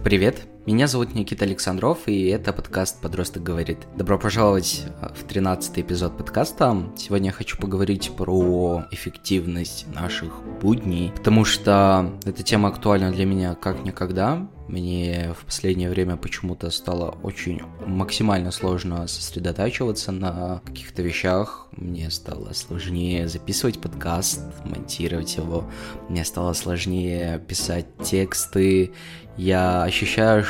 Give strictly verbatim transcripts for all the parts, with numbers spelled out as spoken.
Привет, меня зовут Никита Александров, и это подкаст «Подросток говорит». Добро пожаловать в тринадцатый эпизод подкаста. Сегодня я хочу поговорить про эффективность наших будней, потому что эта тема актуальна для меня как никогда. Мне в последнее время почему-то стало очень максимально сложно сосредотачиваться на каких-то вещах. Мне стало сложнее записывать подкаст, монтировать его. Мне стало сложнее писать тексты. Я ощущаю,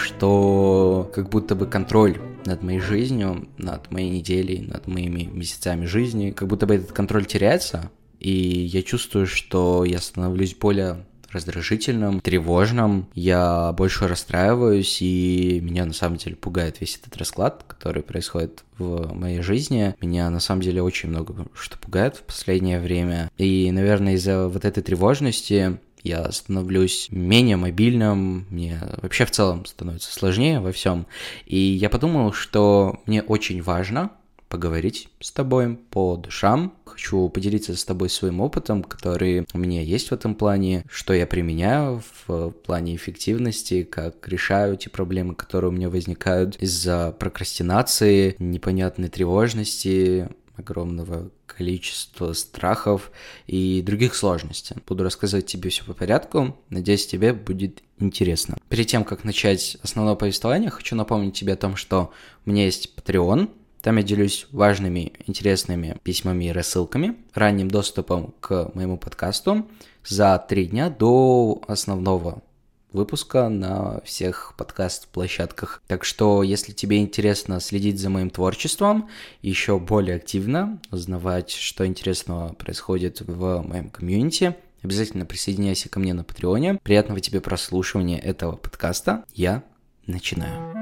что как будто бы контроль над моей жизнью, над моей неделей, над моими месяцами жизни, как будто бы этот контроль теряется, и я чувствую, что я становлюсь более раздражительным, тревожным, я больше расстраиваюсь, и меня на самом деле пугает весь этот расклад, который происходит в моей жизни. Меня на самом деле очень много что пугает в последнее время, и, наверное, из-за вот этой тревожности я становлюсь менее мобильным, мне вообще в целом становится сложнее во всем. И я подумал, что мне очень важно поговорить с тобой по душам. Хочу поделиться с тобой своим опытом, который у меня есть в этом плане, что я применяю в плане эффективности, как решаю те проблемы, которые у меня возникают из-за прокрастинации, непонятной тревожности, огромного количества страхов и других сложностей. Буду рассказывать тебе все по порядку, надеюсь, тебе будет интересно. Перед тем, как начать основное повествование, хочу напомнить тебе о том, что у меня есть Patreon. Там я делюсь важными, интересными письмами и рассылками, ранним доступом к моему подкасту за три дня до основного выпуска на всех подкаст-площадках. Так что, если тебе интересно следить за моим творчеством, еще более активно узнавать, что интересного происходит в моем комьюнити, обязательно присоединяйся ко мне на Патреоне. Приятного тебе прослушивания этого подкаста. Я начинаю.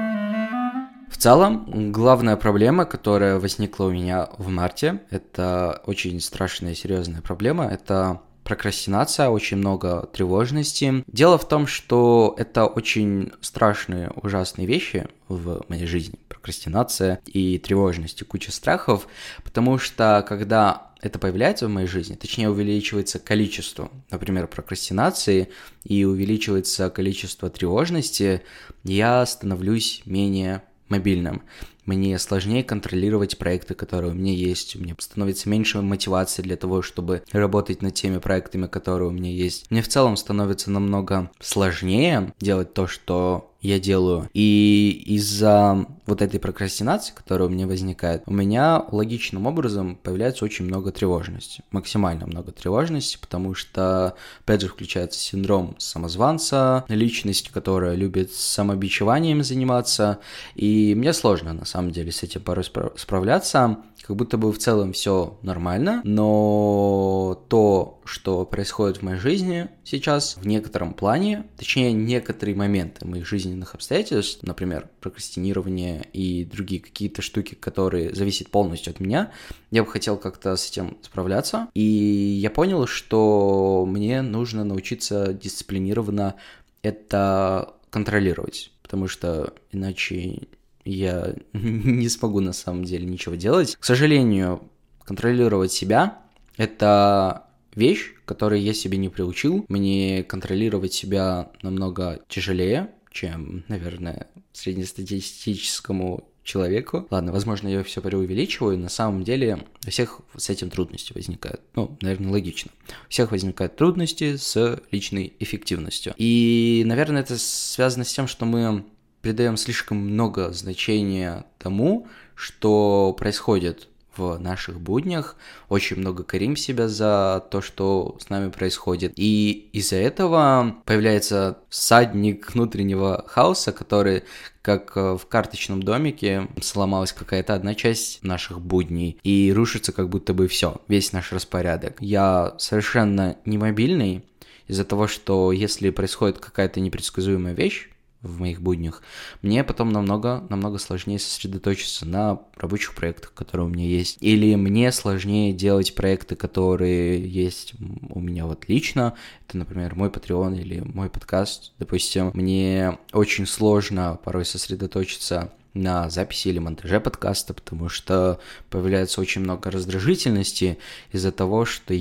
В целом, главная проблема, которая возникла у меня в марте, это очень страшная и серьезная проблема, это прокрастинация, очень много тревожности. Дело в том, что это очень страшные, ужасные вещи в моей жизни. Прокрастинация и тревожность, и куча страхов, потому что когда это появляется в моей жизни, точнее увеличивается количество, например, прокрастинации и увеличивается количество тревожности, я становлюсь менее мобильным. Мне сложнее контролировать проекты, которые у меня есть. У меня становится меньше мотивации для того, чтобы работать над теми проектами, которые у меня есть. Мне в целом становится намного сложнее делать то, что я делаю. И из-за вот этой прокрастинации, которая у меня возникает, у меня логичным образом появляется очень много тревожности. Максимально много тревожности, потому что, опять же, включается синдром самозванца, личность, которая любит самобичеванием заниматься. И мне сложно, на самом деле, с этим порой справляться. Как будто бы в целом все нормально, но то, что происходит в моей жизни сейчас, в некотором плане, точнее, некоторые моменты моих жизненных обстоятельств, например, прокрастинирование и другие какие-то штуки, которые зависят полностью от меня, я бы хотел как-то с этим справляться. И я понял, что мне нужно научиться дисциплинированно это контролировать, потому что иначе я не смогу на самом деле ничего делать. К сожалению, контролировать себя – это вещь, которую я себе не приучил. Мне контролировать себя намного тяжелее, чем, наверное, среднестатистическому человеку. Ладно, возможно, я все преувеличиваю, на самом деле у всех с этим трудности возникают. Ну, наверное, логично. У всех возникают трудности с личной эффективностью. И, наверное, это связано с тем, что мы придаем слишком много значения тому, что происходит в наших буднях, очень много корим себя за то, что с нами происходит, и из-за этого появляется всадник внутреннего хаоса, который, как в карточном домике, сломалась какая-то одна часть наших будней, и рушится как будто бы все, весь наш распорядок. Я совершенно не мобильный из-за того, что если происходит какая-то непредсказуемая вещь в моих буднях, мне потом намного, намного сложнее сосредоточиться на рабочих проектах, которые у меня есть. Или мне сложнее делать проекты, которые есть у меня вот лично. Это, например, мой Patreon или мой подкаст. Допустим, мне очень сложно порой сосредоточиться на записи или монтаже подкаста, потому что появляется очень много раздражительности из-за того, что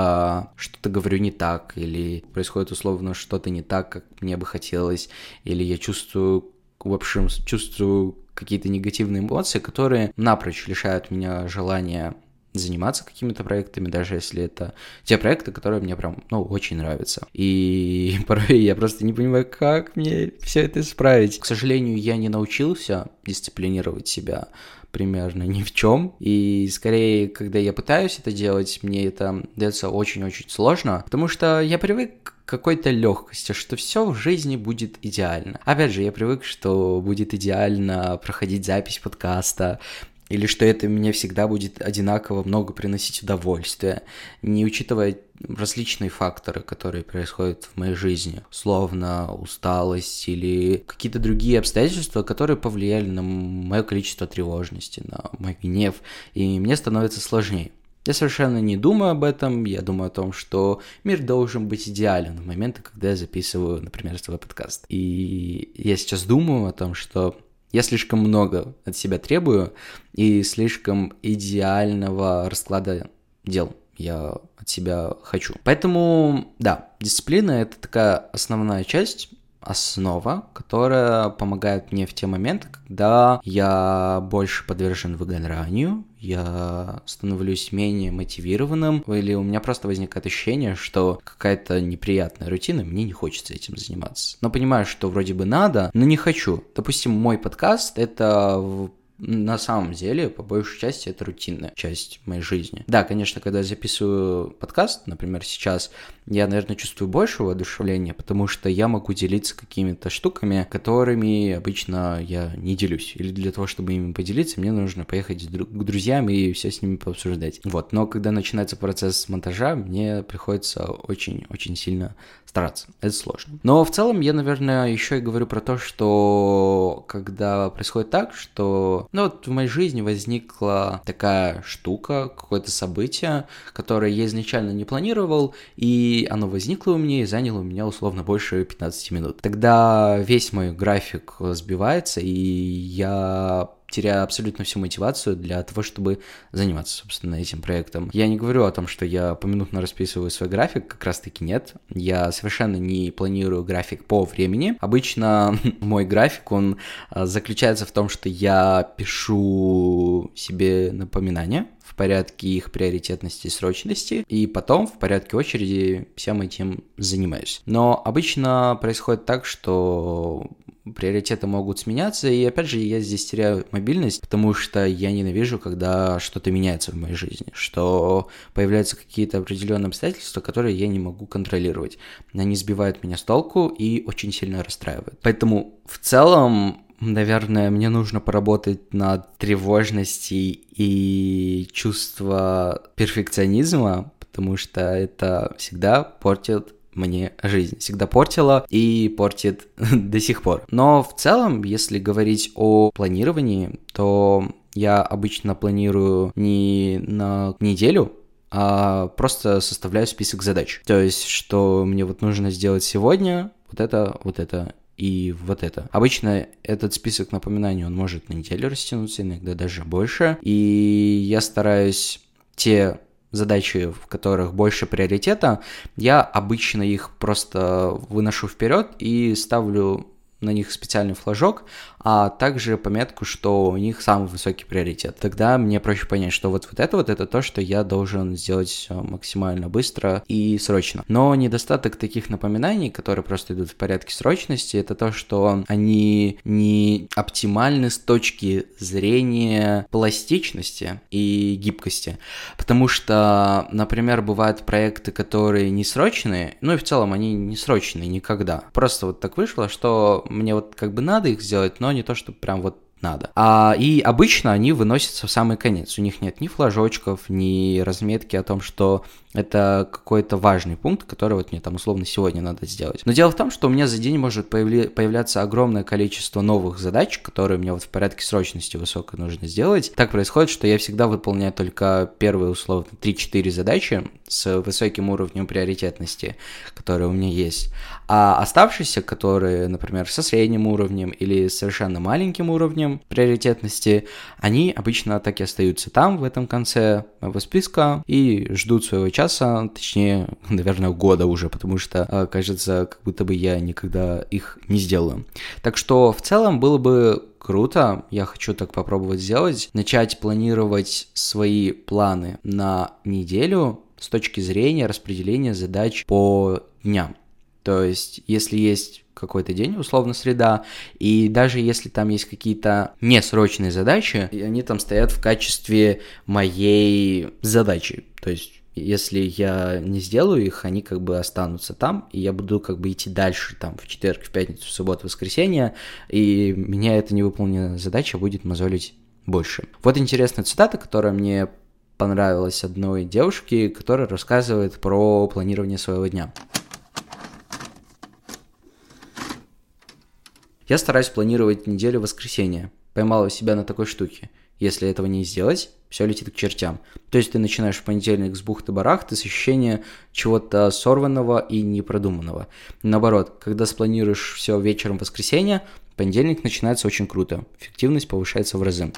я что-то говорю не так, или происходит условно что-то не так, как мне бы хотелось, или я чувствую, в общем, чувствую какие-то негативные эмоции, которые напрочь лишают меня желания заниматься какими-то проектами, даже если это те проекты, которые мне прям, ну, очень нравятся. И порой я просто не понимаю, как мне все это исправить. К сожалению, я не научился дисциплинировать себя примерно ни в чем. И скорее, когда я пытаюсь это делать, мне это дается очень-очень сложно, потому что я привык к какой-то легкости, что все в жизни будет идеально. Опять же, я привык, что будет идеально проходить запись подкаста, или что это мне всегда будет одинаково много приносить удовольствия, не учитывая различные факторы, которые происходят в моей жизни, словно усталость или какие-то другие обстоятельства, которые повлияли на мое количество тревожности, на мой гнев, и мне становится сложнее. Я совершенно не думаю об этом, я думаю о том, что мир должен быть идеален в моменты, когда я записываю, например, свой подкаст. И я сейчас думаю о том, что я слишком много от себя требую и слишком идеального расклада дел я от себя хочу. Поэтому, да, дисциплина – это такая основная часть, основа, которая помогает мне в те моменты, когда я больше подвержен выгоранию, я становлюсь менее мотивированным, или у меня просто возникает ощущение, что какая-то неприятная рутина, мне не хочется этим заниматься. Но понимаю, что вроде бы надо, но не хочу. Допустим, мой подкаст — это на самом деле, по большей части, это рутинная часть моей жизни. Да, конечно, когда я записываю подкаст, например, сейчас, я, наверное, чувствую больше воодушевления, потому что я могу делиться какими-то штуками, которыми обычно я не делюсь. Или для того, чтобы ими поделиться, мне нужно поехать к друзьям и все с ними пообсуждать. Вот, но когда начинается процесс монтажа, мне приходится очень-очень сильно стараться. Это сложно. Но в целом я, наверное, еще и говорю про то, что когда происходит так, что ну вот в моей жизни возникла такая штука, какое-то событие, которое я изначально не планировал, и оно возникло у меня и заняло у меня условно больше пятнадцать минут. Тогда весь мой график сбивается, и я теряю абсолютно всю мотивацию для того, чтобы заниматься, собственно, этим проектом. Я не говорю о том, что я поминутно расписываю свой график, как раз-таки нет. Я совершенно не планирую график по времени. Обычно мой график, он заключается в том, что я пишу себе напоминания в порядке их приоритетности и срочности, и потом в порядке очереди всем этим занимаюсь. Но обычно происходит так, что приоритеты могут сменяться, и опять же я здесь теряю мобильность, потому что я ненавижу, когда что-то меняется в моей жизни, что появляются какие-то определенные обстоятельства, которые я не могу контролировать. Они сбивают меня с толку и очень сильно расстраивают. Поэтому в целом, наверное, мне нужно поработать над тревожностью и чувством перфекционизма, потому что это всегда портит мне жизнь. Всегда портила и портит до сих пор. Но в целом, если говорить о планировании, то я обычно планирую не на неделю, а просто составляю список задач. То есть, что мне вот нужно сделать сегодня, вот это, вот это и вот это. Обычно этот список напоминаний, он может на неделю растянуться, иногда даже больше. И я стараюсь те задачи, в которых больше приоритета, я обычно их просто выношу вперед и ставлю на них специальный флажок, а также пометку, что у них самый высокий приоритет. Тогда мне проще понять, что вот, вот это вот это то, что я должен сделать максимально быстро и срочно. Но недостаток таких напоминаний, которые просто идут в порядке срочности, это то, что они не оптимальны с точки зрения пластичности и гибкости. Потому что, например, бывают проекты, которые не срочные, ну и в целом они не срочные никогда. Просто вот так вышло, что мне вот как бы надо их сделать, но не то, что прям вот надо. А, и обычно они выносятся в самый конец. У них нет ни флажочков, ни разметки о том, что Это какой-то важный пункт, который вот мне там условно сегодня надо сделать. Но дело в том, что у меня за день может появля- появляться огромное количество новых задач, которые мне вот в порядке срочности высокой нужно сделать. Так происходит, что я всегда выполняю только первые условно три-четыре задачи с высоким уровнем приоритетности, которые у меня есть. А оставшиеся, которые, например, со средним уровнем или совершенно маленьким уровнем приоритетности, они обычно так и остаются там, в этом конце моего списка, и ждут своего часа, точнее, наверное, года уже, потому что кажется, как будто бы я никогда их не сделаю. Так что в целом было бы круто, я хочу так попробовать сделать, начать планировать свои планы на неделю с точки зрения распределения задач по дням. То есть, если есть какой-то день, условно среда, и даже если там есть какие-то несрочные задачи, и они там стоят в качестве моей задачи. То есть, если я не сделаю их, они как бы останутся там, и я буду как бы идти дальше там в четверг, в пятницу, в субботу, в воскресенье, и меня эта невыполненная задача будет мозолить больше. Вот интересная цитата, которая мне понравилась одной девушке, которая рассказывает про планирование своего дня. Я стараюсь планировать неделю воскресенья. Поймала себя на такой штуке. Если этого не сделать, все летит к чертям. То есть ты начинаешь в понедельник с бухты-барахты, с ощущения чего-то сорванного и непродуманного. Наоборот, когда спланируешь все вечером воскресенья, понедельник начинается очень круто. Эффективность повышается в разы.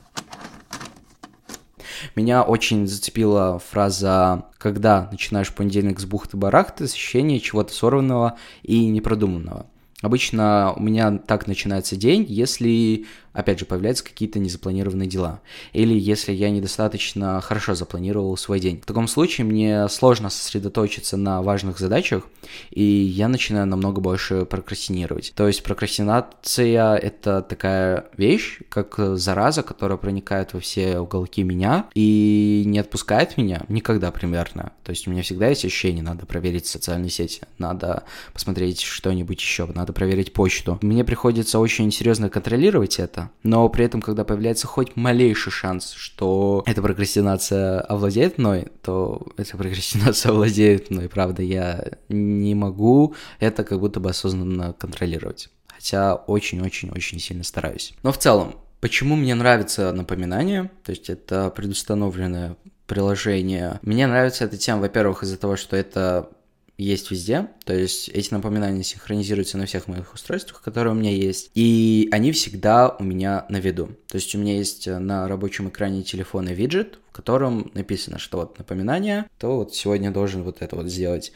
Меня очень зацепила фраза «когда начинаешь понедельник с бухты-барахты, с ощущения чего-то сорванного и непродуманного». Обычно у меня так начинается день, если, опять же, появляются какие-то незапланированные дела. Или если я недостаточно хорошо запланировал свой день. В таком случае мне сложно сосредоточиться на важных задачах, и я начинаю намного больше прокрастинировать. То есть прокрастинация – это такая вещь, как зараза, которая проникает во все уголки меня и не отпускает меня никогда примерно. То есть у меня всегда есть ощущение, надо проверить социальные сети, надо посмотреть что-нибудь еще, надо проверить почту. Мне приходится очень серьезно контролировать это, но при этом, когда появляется хоть малейший шанс, что эта прокрастинация овладеет мной, то эта прокрастинация овладеет мной, правда, я не могу это как будто бы осознанно контролировать. Хотя очень-очень-очень сильно стараюсь. Но в целом, почему мне нравится напоминание, то есть это предустановленное приложение. Мне нравится эта тема, во-первых, из-за того, что это есть везде, то есть эти напоминания синхронизируются на всех моих устройствах, которые у меня есть, и они всегда у меня на виду. То есть у меня есть на рабочем экране телефона виджет, в котором написано, что вот напоминание, то вот сегодня должен вот это вот сделать.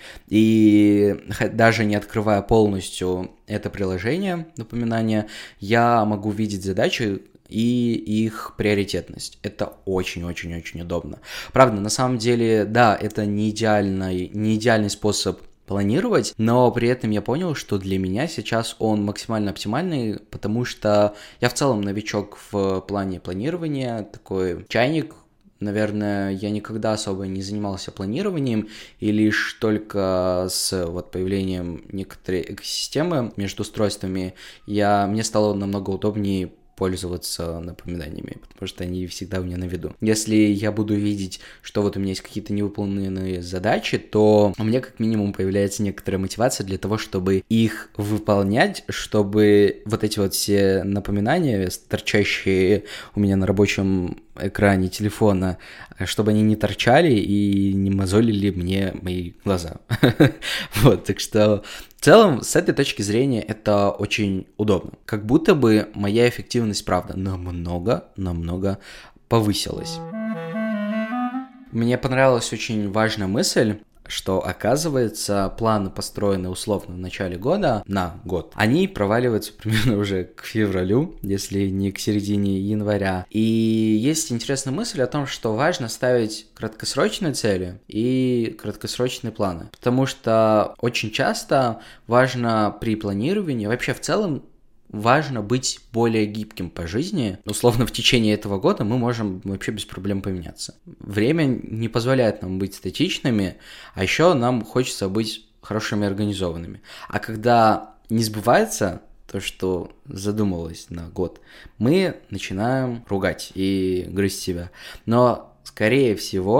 И даже не открывая полностью это приложение напоминания, я могу видеть задачи и их приоритетность. Это очень-очень-очень удобно. Правда, на самом деле, да, это не идеальный, не идеальный способ планировать, но при этом я понял, что для меня сейчас он максимально оптимальный, потому что я в целом новичок в плане планирования, такой чайник. Наверное, я никогда особо не занимался планированием, и лишь только с вот появлением некоторой экосистемы между устройствами я, мне стало намного удобнее пользоваться напоминаниями, потому что они всегда у меня на виду. Если я буду видеть, что вот у меня есть какие-то невыполненные задачи, то у меня как минимум появляется некоторая мотивация для того, чтобы их выполнять, чтобы вот эти вот все напоминания, торчащие у меня на рабочем экране телефона, чтобы они не торчали и не мозолили мне мои глаза. Вот, так что в целом, с этой точки зрения, это очень удобно. Как будто бы моя эффективность, правда, намного-намного повысилась. Мне понравилась очень важная мысль, что, оказывается, планы, построенные условно в начале года, на год, они проваливаются примерно уже к февралю, если не к середине января. И есть интересная мысль о том, что важно ставить краткосрочные цели и краткосрочные планы. Потому что очень часто важно при планировании, вообще в целом, важно быть более гибким по жизни. Условно, в течение этого года мы можем вообще без проблем поменяться. Время не позволяет нам быть статичными, а еще нам хочется быть хорошими организованными. А когда не сбывается то, что задумалось на год, мы начинаем ругать и грызть себя. Но, скорее всего,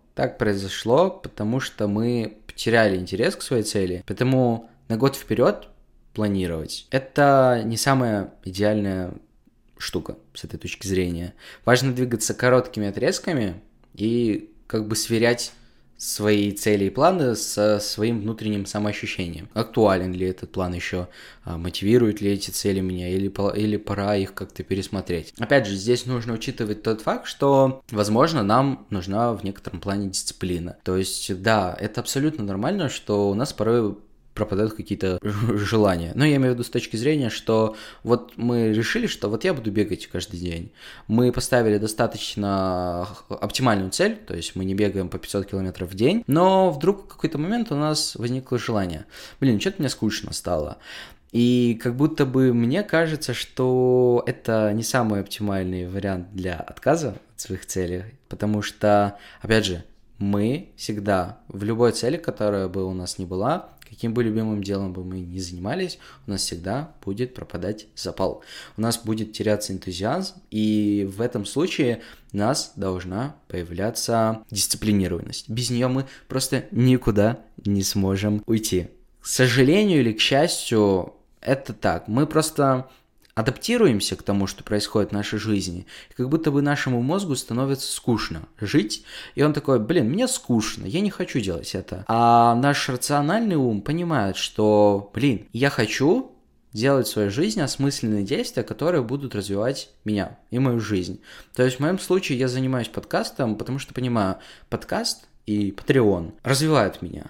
так произошло, потому что мы потеряли интерес к своей цели, поэтому на год вперед планировать – это не самая идеальная штука с этой точки зрения. Важно двигаться короткими отрезками и как бы сверять свои цели и планы со своим внутренним самоощущением. Актуален ли этот план еще, мотивируют ли эти цели меня, или, или пора их как-то пересмотреть. Опять же, здесь нужно учитывать тот факт, что, возможно, нам нужна в некотором плане дисциплина. То есть, да, это абсолютно нормально, что у нас порой пропадают какие-то желания. Но я имею в виду с точки зрения, что вот мы решили, что вот я буду бегать каждый день. Мы поставили достаточно оптимальную цель, то есть мы не бегаем по пятьсот километров в день, но вдруг в какой-то момент у нас возникло желание. Блин, что-то мне скучно стало. И как будто бы мне кажется, что это не самый оптимальный вариант для отказа от своих целей, потому что, опять же, мы всегда в любой цели, которая бы у нас ни была, каким бы любимым делом бы мы ни занимались, у нас всегда будет пропадать запал. У нас будет теряться энтузиазм, и в этом случае у нас должна появляться дисциплинированность. Без нее мы просто никуда не сможем уйти. К сожалению или к счастью, это так. Мы просто адаптируемся к тому, что происходит в нашей жизни, и как будто бы нашему мозгу становится скучно жить, и он такой, блин, мне скучно, я не хочу делать это. А наш рациональный ум понимает, что, блин, я хочу делать в своей жизни осмысленные действия, которые будут развивать меня и мою жизнь. То есть в моем случае я занимаюсь подкастом, потому что понимаю, подкаст и Patreon развивают меня.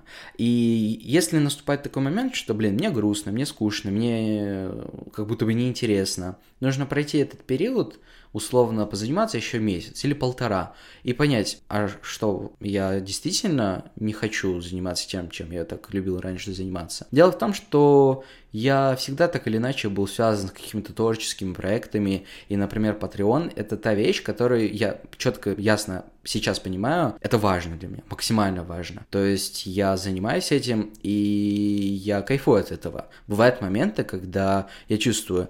И если наступает такой момент, что, блин, мне грустно, мне скучно, мне как будто бы неинтересно, нужно пройти этот период, условно позаниматься еще месяц или полтора, и понять, а что я действительно не хочу заниматься тем, чем я так любил раньше заниматься. Дело в том, что я всегда так или иначе был связан с какими-то творческими проектами, и, например, Patreon — это та вещь, которую я четко, ясно сейчас понимаю, это важно для меня, максимально важно. То есть я занимаюсь этим, и я кайфую от этого. Бывают моменты, когда я чувствую,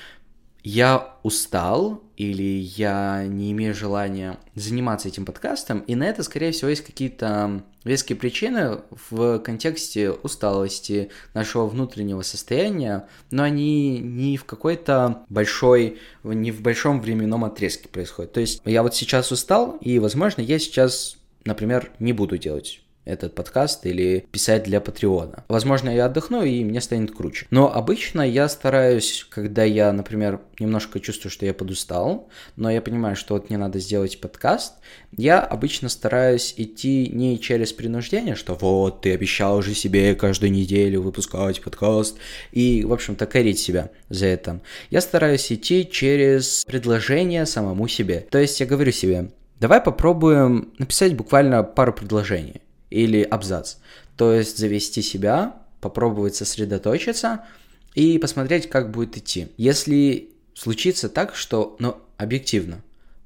я устал или я не имею желания заниматься этим подкастом, и на это, скорее всего, есть какие-то веские причины в контексте усталости, нашего внутреннего состояния, но они не в какой-то большой, не в большом временном отрезке происходят. То есть я вот сейчас устал, и, возможно, я сейчас, например, не буду делать этот подкаст или писать для Патреона. Возможно, я отдохну, и мне станет круче. Но обычно я стараюсь, когда я, например, немножко чувствую, что я подустал, но я понимаю, что вот мне надо сделать подкаст, я обычно стараюсь идти не через принуждение, что вот, ты обещал же себе каждую неделю выпускать подкаст, и, в общем-то, корить себя за это. Я стараюсь идти через предложение самому себе. То есть я говорю себе, давай попробуем написать буквально пару предложений. Или абзац. То есть завести себя, попробовать сосредоточиться и посмотреть, как будет идти. Если случится так, что, ну, объективно,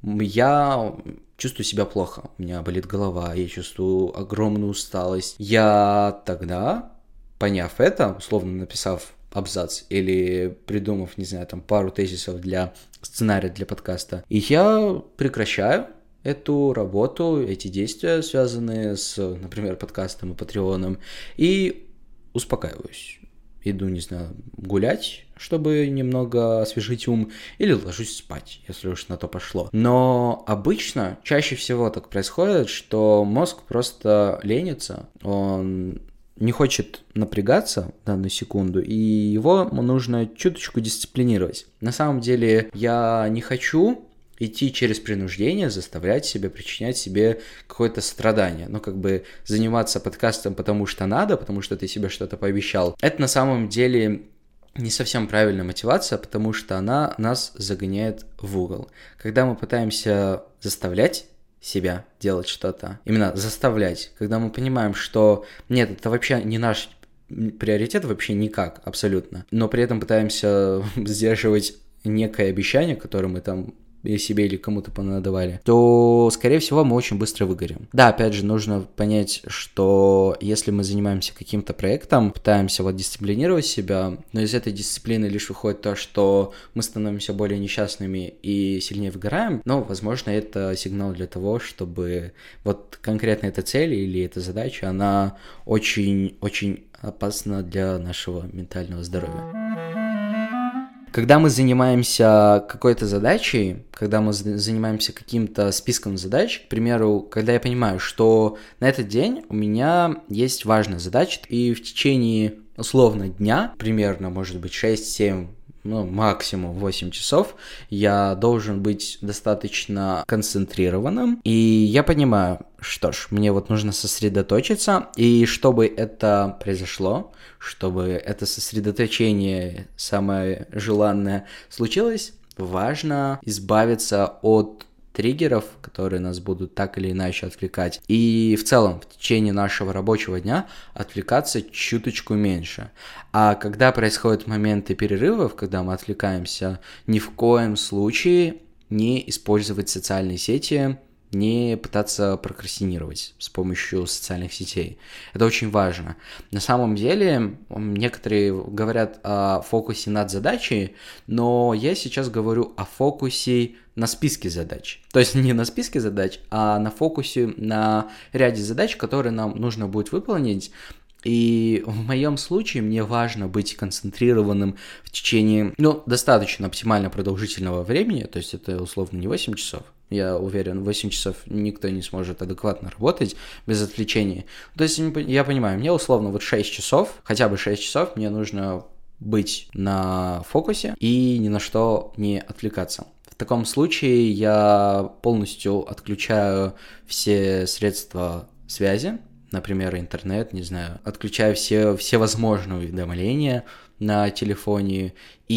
я чувствую себя плохо, у меня болит голова, я чувствую огромную усталость, я тогда, поняв это, условно написав абзац или придумав, не знаю, там пару тезисов для сценария для подкаста, и я прекращаю эту работу, эти действия, связанные с, например, подкастом и Патреоном, и успокаиваюсь. Иду, не знаю, гулять, чтобы немного освежить ум, или ложусь спать, если уж на то пошло. Но обычно, чаще всего так происходит, что мозг просто ленится, он не хочет напрягаться в данную секунду, и его нужно чуточку дисциплинировать. На самом деле, я не хочу идти через принуждение, заставлять себя, причинять себе какое-то страдание. Ну, как бы заниматься подкастом потому что надо, потому что ты себе что-то пообещал. Это на самом деле не совсем правильная мотивация, потому что она нас загоняет в угол. Когда мы пытаемся заставлять себя делать что-то, именно заставлять, когда мы понимаем, что нет, это вообще не наш приоритет, вообще никак, абсолютно, но при этом пытаемся сдерживать некое обещание, которое мы там или себе, или кому-то понадавали, то, скорее всего, мы очень быстро выгорим. Да, опять же, нужно понять, что если мы занимаемся каким-то проектом, пытаемся вот дисциплинировать себя, но из этой дисциплины лишь выходит то, что мы становимся более несчастными и сильнее выгораем, но, возможно, это сигнал для того, чтобы вот конкретно эта цель или эта задача, она очень-очень опасна для нашего ментального здоровья. Когда мы занимаемся какой-то задачей, когда мы занимаемся каким-то списком задач, к примеру, когда я понимаю, что на этот день у меня есть важная задача, и в течение условно дня, примерно, может быть, шесть-семь, ну, максимум восемь часов, я должен быть достаточно концентрированным, и я понимаю, что ж, мне вот нужно сосредоточиться, и чтобы это произошло, чтобы это сосредоточение самое желанное случилось, важно избавиться от триггеров, которые нас будут так или иначе отвлекать. И в целом, в течение нашего рабочего дня отвлекаться чуточку меньше. А когда происходят моменты перерывов, когда мы отвлекаемся, ни в коем случае не использовать социальные сети, не пытаться прокрастинировать с помощью социальных сетей. Это очень важно. На самом деле, некоторые говорят о фокусе над задачей, но я сейчас говорю о фокусе на списке задач. То есть не на списке задач, а на фокусе на ряде задач, которые нам нужно будет выполнить. И в моем случае мне важно быть концентрированным в течение, ну, достаточно оптимально продолжительного времени, то есть это условно не восемь часов. Я уверен, восемь часов никто не сможет адекватно работать без отвлечений. То есть я понимаю, мне условно вот шесть часов, хотя бы шесть часов мне нужно быть на фокусе и ни на что не отвлекаться. В таком случае я полностью отключаю все средства связи, например, интернет, не знаю, отключаю все, все возможные уведомления на телефоне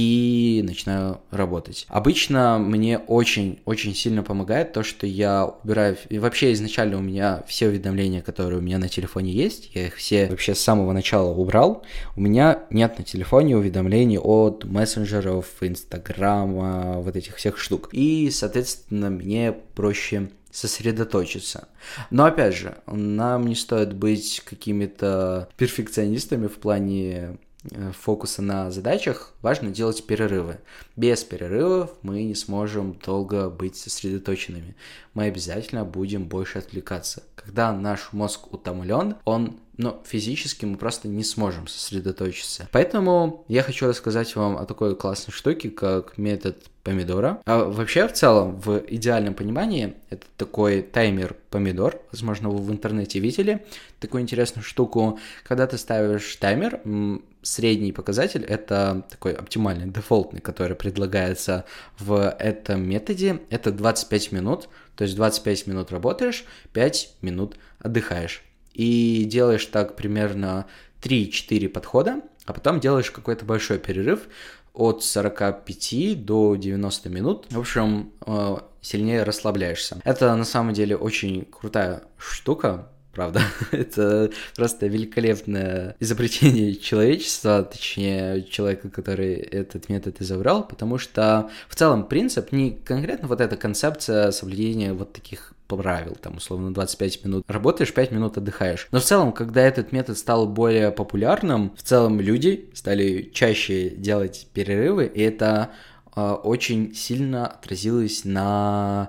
и начинаю работать. Обычно мне очень-очень сильно помогает то, что я убираю, и вообще изначально у меня все уведомления, которые у меня на телефоне есть, я их все вообще с самого начала убрал, у меня нет на телефоне уведомлений от мессенджеров, инстаграма, вот этих всех штук. И, соответственно, мне проще сосредоточиться. Но опять же, нам не стоит быть какими-то перфекционистами в плане фокуса на задачах, важно делать перерывы. Без перерывов мы не сможем долго быть сосредоточенными. Мы обязательно будем больше отвлекаться. Когда наш мозг утомлен, он, ну, физически мы просто не сможем сосредоточиться. Поэтому я хочу рассказать вам о такой классной штуке, как метод помидора. А вообще, в целом, в идеальном понимании, это такой таймер помидор. Возможно, вы в интернете видели такую интересную штуку. Когда ты ставишь таймер, средний показатель — это такой оптимальный, дефолтный, который предлагается в этом методе. Это двадцать пять минут. То есть двадцать пять минут работаешь, пять минут отдыхаешь. И делаешь так примерно три-четыре подхода, а потом делаешь какой-то большой перерыв от сорока пяти до девяноста минут. В общем, сильнее расслабляешься. Это на самом деле очень крутая штука. Правда, это просто великолепное изобретение человечества, точнее, человека, который этот метод изобрел, потому что в целом принцип не конкретно вот эта концепция соблюдения вот таких правил, там, условно, двадцать пять минут работаешь, пять минут отдыхаешь. Но в целом, когда этот метод стал более популярным, в целом люди стали чаще делать перерывы, и это э, очень сильно отразилось на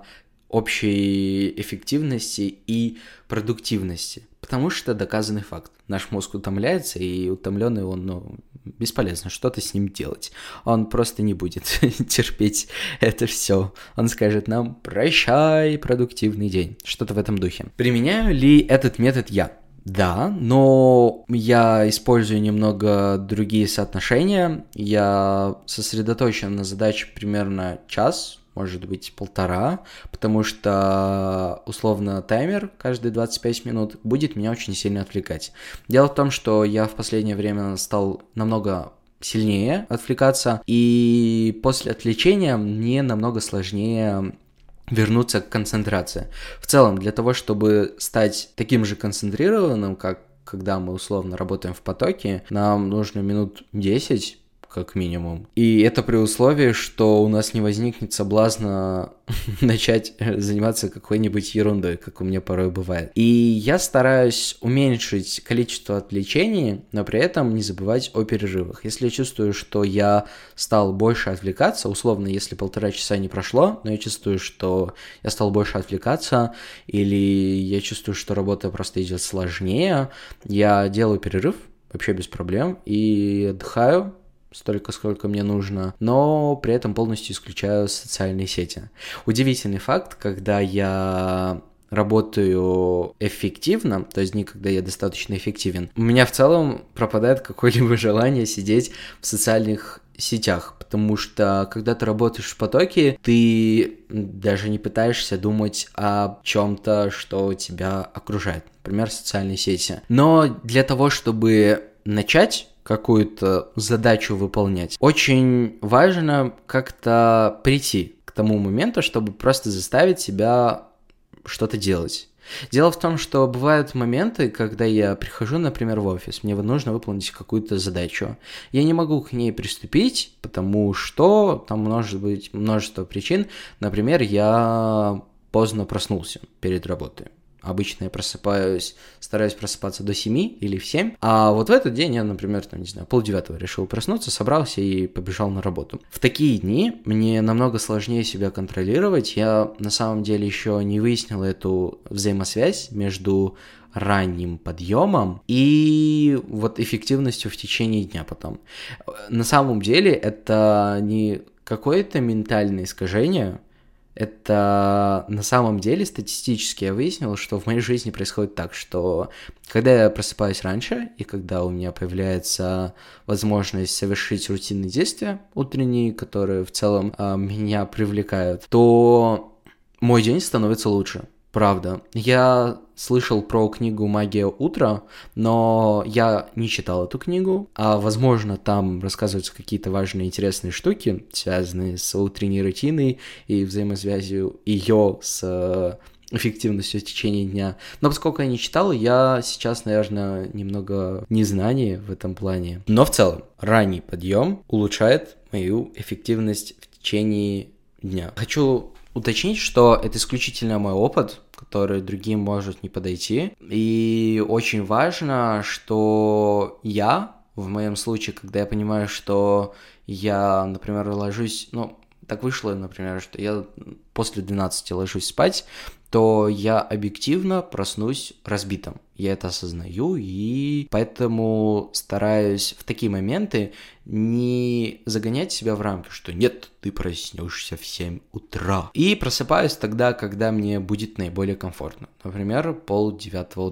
общей эффективности и продуктивности. Потому что доказанный факт. Наш мозг утомляется, и утомленный он, ну, бесполезно что-то с ним делать. Он просто не будет терпеть это все. Он скажет нам: прощай, продуктивный день. Что-то в этом духе. Применяю ли этот метод я? Да, но я использую немного другие соотношения. Я сосредоточен на задаче примерно час, может быть, полтора, потому что, условно, таймер каждые двадцать пять минут будет меня очень сильно отвлекать. Дело в том, что я в последнее время стал намного сильнее отвлекаться, и после отвлечения мне намного сложнее вернуться к концентрации. В целом, для того, чтобы стать таким же концентрированным, как когда мы условно работаем в потоке, нам нужно минут десять, как минимум. И это при условии, что у нас не возникнет соблазна начать заниматься какой-нибудь ерундой, как у меня порой бывает. И я стараюсь уменьшить количество отвлечений, но при этом не забывать о перерывах. Если я чувствую, что я стал больше отвлекаться, условно, если полтора часа не прошло, но я чувствую, что я стал больше отвлекаться, или я чувствую, что работа просто идет сложнее, я делаю перерыв, вообще без проблем, и отдыхаю столько, сколько мне нужно, но при этом полностью исключаю социальные сети. Удивительный факт, когда я работаю эффективно, то есть не когда я достаточно эффективен, у меня в целом пропадает какое-либо желание сидеть в социальных сетях, потому что когда ты работаешь в потоке, ты даже не пытаешься думать о чем-то, что тебя окружает, например, социальные сети. Но для того, чтобы начать какую-то задачу выполнять, очень важно как-то прийти к тому моменту, чтобы просто заставить себя что-то делать. Дело в том, что бывают моменты, когда я прихожу, например, в офис, мне нужно выполнить какую-то задачу. Я не могу к ней приступить, потому что там может быть множество причин. Например, я поздно проснулся перед работой. Обычно я просыпаюсь, стараюсь просыпаться до семи или в семь, а вот в этот день я, например, там, не знаю, полдевятого решил проснуться, собрался и побежал на работу. В такие дни мне намного сложнее себя контролировать, я на самом деле еще не выяснил эту взаимосвязь между ранним подъемом и вот эффективностью в течение дня потом. На самом деле это не какое-то ментальное искажение, это на самом деле статистически я выяснил, что в моей жизни происходит так, что когда я просыпаюсь раньше, и когда у меня появляется возможность совершить рутинные действия утренние, которые в целом э, меня привлекают, то мой день становится лучше. Правда. Я слышал про книгу «Магия утра», но я не читал эту книгу, а, возможно, там рассказываются какие-то важные интересные штуки, связанные с утренней рутиной и взаимосвязью ее с эффективностью в течение дня. Но поскольку я не читал, я сейчас, наверное, немного незнание в этом плане. Но в целом, ранний подъем улучшает мою эффективность в течение дня. Хочу уточнить, что это исключительно мой опыт, который другим может не подойти. И очень важно, что я, в моем случае, когда я понимаю, что я, например, ложусь, ну, так вышло, например, что я после двенадцати ложусь спать, то я объективно проснусь разбитым. Я это осознаю, и поэтому стараюсь в такие моменты не загонять себя в рамки, что нет, ты проснешься в семь утра. И просыпаюсь тогда, когда мне будет наиболее комфортно. Например, полдевятого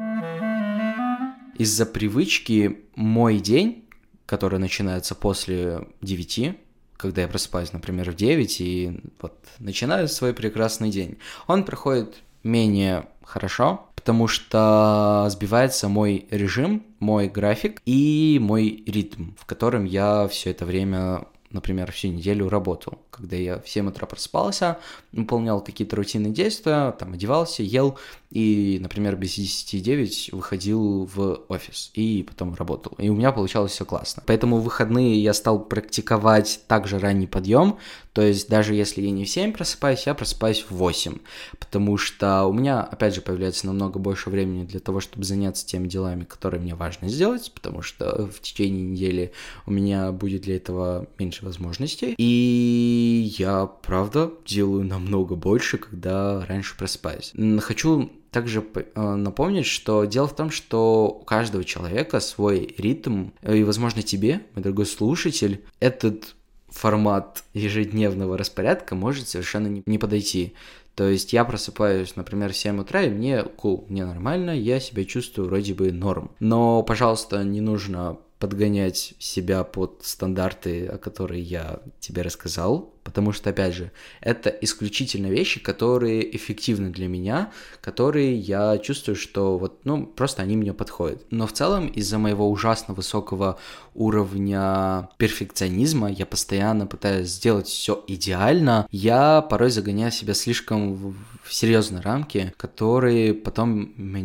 утра. Из-за привычки мой день, который начинается после девяти, когда я просыпаюсь, например, в девять, и вот начинаю свой прекрасный день, он проходит менее хорошо, потому что сбивается мой режим, мой график и мой ритм, в котором я все это время, например, всю неделю работал. Когда я в семь утра просыпался, выполнял какие-то рутинные действия, там одевался, ел, и, например, без десяти девять выходил в офис и потом работал. И у меня получалось все классно. Поэтому в выходные я стал практиковать также ранний подъем, то есть даже если я не в семь просыпаюсь, я просыпаюсь в восемь, потому что у меня, опять же, появляется намного больше времени для того, чтобы заняться теми делами, которые мне важно сделать, потому что в течение недели у меня будет для этого меньше возможностей, и я, правда, делаю намного больше, когда раньше просыпаюсь. Хочу также напомнить, что дело в том, что у каждого человека свой ритм, и, возможно, тебе, мой дорогой слушатель, этот формат ежедневного распорядка может совершенно не подойти. То есть я просыпаюсь, например, в семь утра, и мне cool, мне нормально, я себя чувствую вроде бы норм. Но, пожалуйста, не нужно подгонять себя под стандарты, о которых я тебе рассказал, потому что, опять же, это исключительно вещи, которые эффективны для меня, которые я чувствую, что вот, ну, просто они мне подходят. Но в целом, из-за моего ужасно высокого уровня перфекционизма, я постоянно пытаюсь сделать все идеально, я порой загоняю себя слишком в, в серьезные рамки, которые потом мне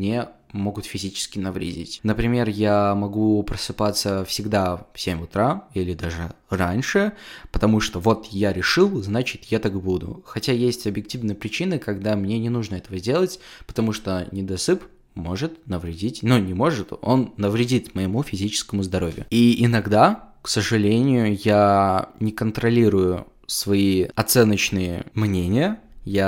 могут физически навредить. Например, я могу просыпаться всегда в семь утра или даже раньше, потому что вот я решил, значит, я так буду. Хотя есть объективные причины, когда мне не нужно этого делать, потому что недосып может навредить, ну не может, он навредит моему физическому здоровью. И иногда, к сожалению, я не контролирую свои оценочные мнения,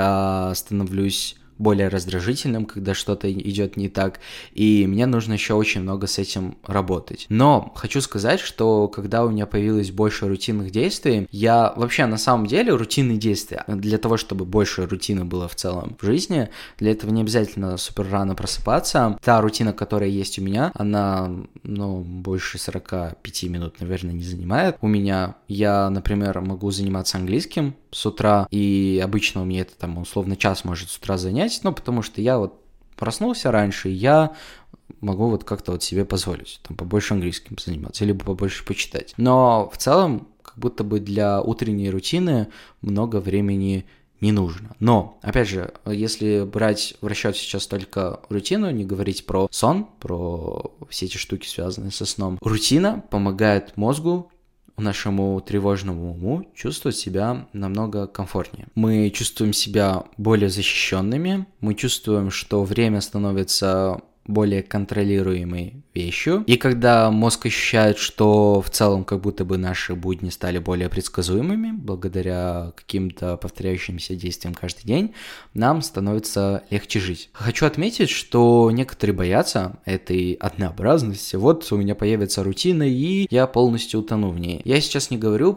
я становлюсь более раздражительным, когда что-то идет не так, и мне нужно еще очень много с этим работать. Но хочу сказать, что когда у меня появилось больше рутинных действий, я вообще на самом деле рутинные действия, для того, чтобы больше рутины было в целом в жизни, для этого не обязательно супер рано просыпаться. Та рутина, которая есть у меня, она, ну, больше сорок пять минут, наверное, не занимает. У меня, я, например, могу заниматься английским с утра, и обычно у меня это там условно час может с утра занять, ну, потому что я вот проснулся раньше, и я могу вот как-то вот себе позволить, там, побольше английским заниматься, либо побольше почитать. Но в целом, как будто бы для утренней рутины много времени не нужно. Но, опять же, если брать в расчет сейчас только рутину, не говорить про сон, про все эти штуки, связанные со сном, рутина помогает мозгу, нашему тревожному уму чувствовать себя намного комфортнее. Мы чувствуем себя более защищенными, мы чувствуем, что время становится более контролируемой вещью. И когда мозг ощущает, что в целом как будто бы наши будни стали более предсказуемыми, благодаря каким-то повторяющимся действиям каждый день, нам становится легче жить. Хочу отметить, что некоторые боятся этой однообразности. Вот у меня появится рутина, и я полностью утону в ней. Я сейчас не говорю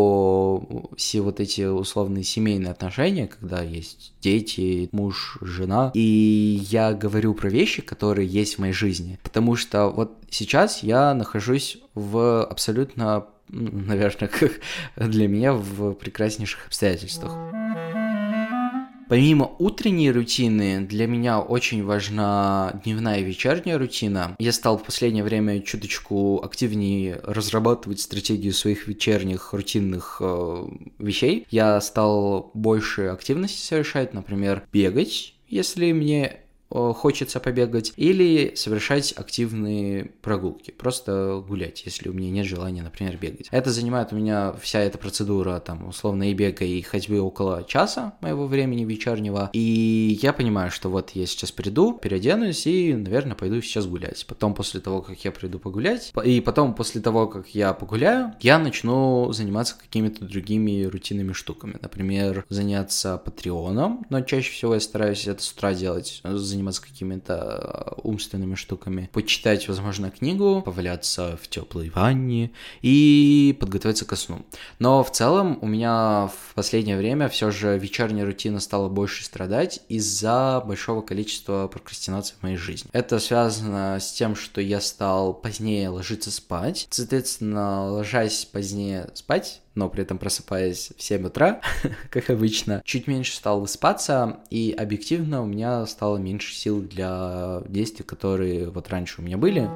про все вот эти условные семейные отношения, когда есть дети, муж, жена. И я говорю про вещи, которые есть в моей жизни. Потому что вот сейчас я нахожусь в абсолютно, наверное, как для меня, в прекраснейших обстоятельствах. Помимо утренней рутины, для меня очень важна дневная и вечерняя рутина. Я стал в последнее время чуточку активнее разрабатывать стратегию своих вечерних рутинных э, вещей. Я стал больше активности совершать, например, бегать, если мне хочется побегать, или совершать активные прогулки, просто гулять, если у меня нет желания, например, бегать. Это занимает у меня вся эта процедура, там, условно, и бега, и ходьбы около часа моего времени вечернего, и я понимаю, что вот я сейчас приду, переоденусь и, наверное, пойду сейчас гулять. Потом, после того, как я приду погулять, и потом, после того, как я погуляю, я начну заниматься какими-то другими рутинными штуками, например, заняться патреоном, но чаще всего я стараюсь это с утра делать, заниматься какими-то умственными штуками, почитать, возможно, книгу, поваляться в теплой ванне и подготовиться ко сну. Но в целом у меня в последнее время все же вечерняя рутина стала больше страдать из-за большого количества прокрастинации в моей жизни. Это связано с тем, что я стал позднее ложиться спать, соответственно, ложась позднее спать, но при этом просыпаясь в семь утра, как обычно, чуть меньше стал высыпаться, и объективно у меня стало меньше сил для действий, которые вот раньше у меня были.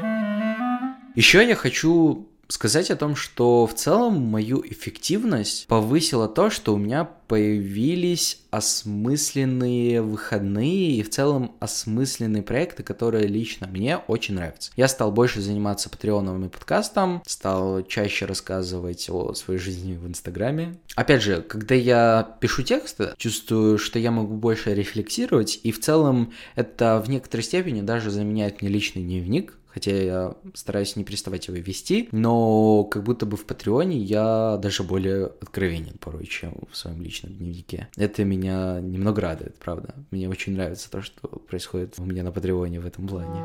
Еще я хочу сказать о том, что в целом мою эффективность повысило то, что у меня появились осмысленные выходные и в целом осмысленные проекты, которые лично мне очень нравятся. Я стал больше заниматься патреоном и подкастом, стал чаще рассказывать о своей жизни в Инстаграме. Опять же, когда я пишу тексты, чувствую, что я могу больше рефлексировать, и в целом это в некоторой степени даже заменяет мне личный дневник, хотя я стараюсь не переставать его вести, но как будто бы в Патреоне я даже более откровенен порой, чем в своем личном дневнике. Это меня немного радует, правда. Мне очень нравится то, что происходит у меня на Патреоне в этом плане.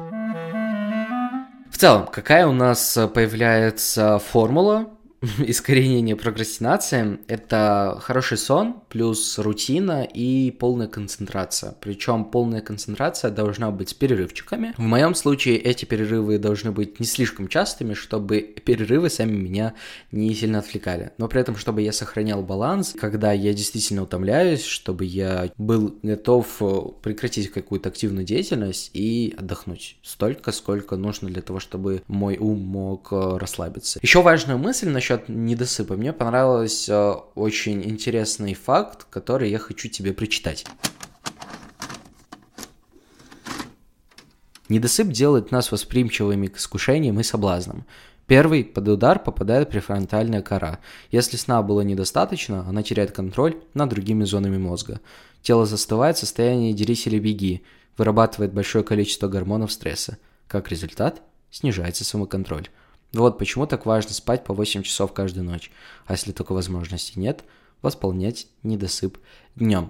В целом, какая у нас появляется формула искоренения прокрастинации? Это хороший сон плюс рутина и полная концентрация. Причем полная концентрация должна быть с перерывчиками. В моем случае эти перерывы должны быть не слишком частыми, чтобы перерывы сами меня не сильно отвлекали. Но при этом, чтобы я сохранял баланс, когда я действительно утомляюсь, чтобы я был готов прекратить какую-то активную деятельность и отдохнуть столько, сколько нужно для того, чтобы мой ум мог расслабиться. Еще важная мысль насчет недосыпа. Мне понравился э, очень интересный факт, который я хочу тебе прочитать. Недосып делает нас восприимчивыми к искушениям и соблазнам. Первый под удар попадает префронтальная кора. Если сна было недостаточно, она теряет контроль над другими зонами мозга. Тело застывает в состоянии «дерись или беги», вырабатывает большое количество гормонов стресса. Как результат, снижается самоконтроль. Вот почему так важно спать по восемь часов каждую ночь. А если только возможности нет, восполнять недосып днем.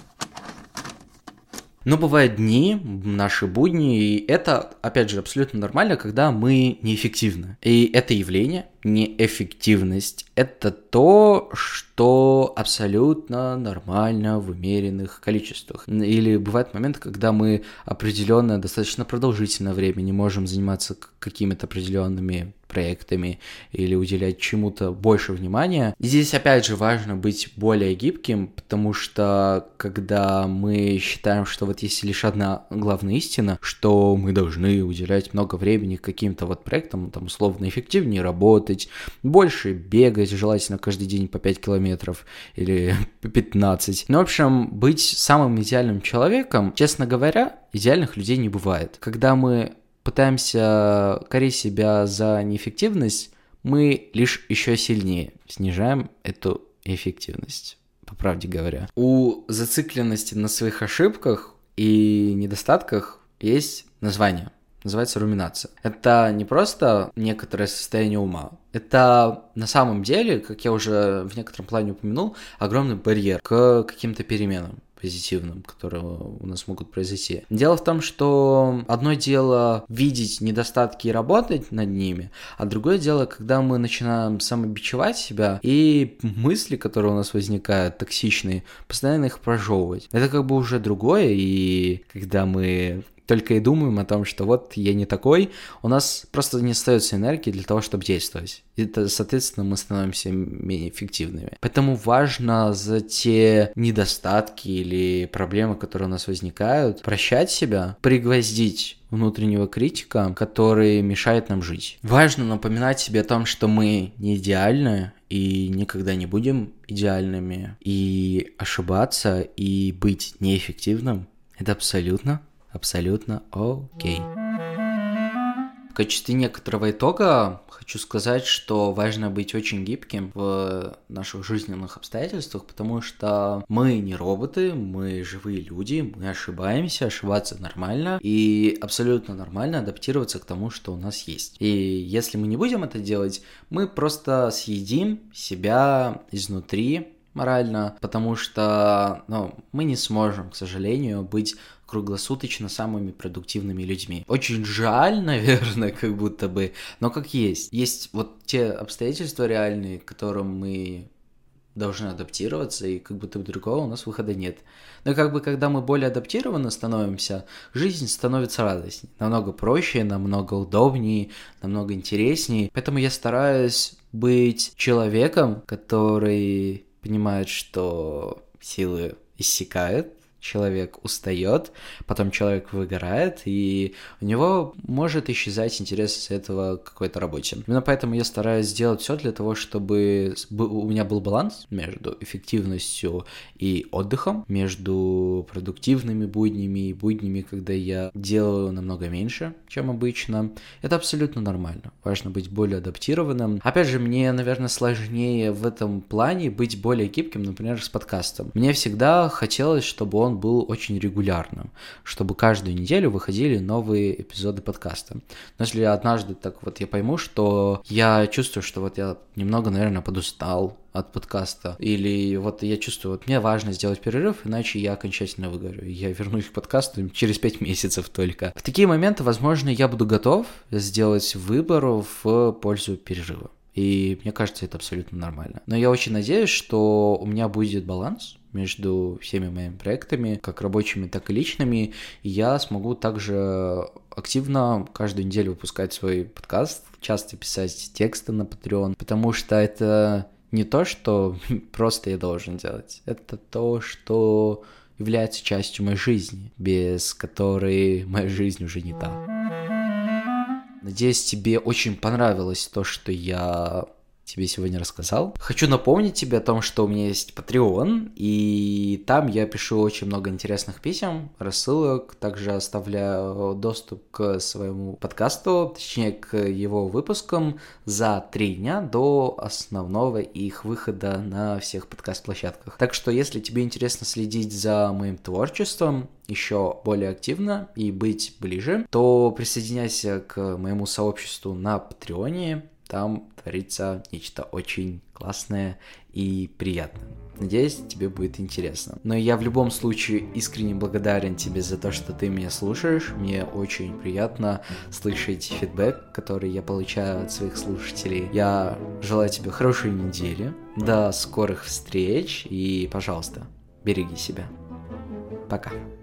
Но бывают дни, наши будни, и это, опять же, абсолютно нормально, когда мы неэффективны. И это явление, неэффективность, это то, что абсолютно нормально в умеренных количествах. Или бывают моменты, когда мы определенное, достаточно продолжительное время не можем заниматься какими-то определенными проектами или уделять чему-то больше внимания. И здесь опять же важно быть более гибким, потому что когда мы считаем, что вот есть лишь одна главная истина, что мы должны уделять много времени каким-то вот проектам, там условно эффективнее работать, больше бегать, желательно каждый день по пять километров или по пятнадцать. Ну, в общем, быть самым идеальным человеком, честно говоря, идеальных людей не бывает. Когда мы пытаемся корить себя за неэффективность, мы лишь еще сильнее снижаем эту эффективность, по правде говоря. У зацикленности на своих ошибках и недостатках есть название. Называется руминация. Это не просто некоторое состояние ума. Это на самом деле, как я уже в некотором плане упомянул, огромный барьер к каким-то переменам позитивным, которые у нас могут произойти. Дело в том, что одно дело видеть недостатки и работать над ними, а другое дело, когда мы начинаем самобичевать себя и мысли, которые у нас возникают, токсичные, постоянно их прожевывать. Это как бы уже другое, и когда мы только и думаем о том, что вот я не такой, у нас просто не остается энергии для того, чтобы действовать. И, это, соответственно, мы становимся менее эффективными. Поэтому важно за те недостатки или проблемы, которые у нас возникают, прощать себя, пригвоздить внутреннего критика, который мешает нам жить. Важно напоминать себе о том, что мы не идеальны и никогда не будем идеальными. И ошибаться, и быть неэффективным – это абсолютно Абсолютно окей. В качестве некоторого итога хочу сказать, что важно быть очень гибким в наших жизненных обстоятельствах, потому что мы не роботы, мы живые люди, мы ошибаемся, ошибаться нормально, и абсолютно нормально адаптироваться к тому, что у нас есть. И если мы не будем это делать, мы просто съедим себя изнутри морально, потому что ну, мы не сможем, к сожалению, быть круглосуточно самыми продуктивными людьми. Очень жаль, наверное, как будто бы, но как есть. Есть вот те обстоятельства реальные, к которым мы должны адаптироваться, и как будто бы другого у нас выхода нет. Но как бы когда мы более адаптированы становимся, жизнь становится радостнее, намного проще, намного удобнее, намного интереснее. Поэтому я стараюсь быть человеком, который понимает, что силы иссякают, человек устает, потом человек выгорает, и у него может исчезать интерес с этого к какой-то работе. Именно поэтому я стараюсь сделать все для того, чтобы у меня был баланс между эффективностью и отдыхом, между продуктивными буднями и буднями, когда я делаю намного меньше, чем обычно. Это абсолютно нормально. Важно быть более адаптированным. Опять же, мне, наверное, сложнее в этом плане быть более гибким, например, с подкастом. Мне всегда хотелось, чтобы он был очень регулярным, чтобы каждую неделю выходили новые эпизоды подкаста. Но если однажды так вот я пойму, что я чувствую, что вот я немного, наверное, подустал от подкаста, или вот я чувствую, вот мне важно сделать перерыв, иначе я окончательно выгорю, я вернусь к подкасту через пять месяцев только. В такие моменты, возможно, я буду готов сделать выбор в пользу перерыва. И мне кажется, это абсолютно нормально. Но я очень надеюсь, что у меня будет баланс между всеми моими проектами, как рабочими, так и личными, и я смогу также активно каждую неделю выпускать свой подкаст, часто писать тексты на Patreon, потому что это не то, что просто я должен делать, это то, что является частью моей жизни, без которой моя жизнь уже не та. Надеюсь, тебе очень понравилось то, что я тебе сегодня рассказал. Хочу напомнить тебе о том, что у меня есть Patreon, и там я пишу очень много интересных писем, рассылок, также оставляю доступ к своему подкасту, точнее к его выпускам за три дня до основного их выхода на всех подкаст-площадках. Так что, если тебе интересно следить за моим творчеством еще более активно и быть ближе, то присоединяйся к моему сообществу на Патреоне. Там творится нечто очень классное и приятное. Надеюсь, тебе будет интересно. Но я в любом случае искренне благодарен тебе за то, что ты меня слушаешь. Мне очень приятно слышать фидбэк, который я получаю от своих слушателей. Я желаю тебе хорошей недели. До скорых встреч и, пожалуйста, береги себя. Пока.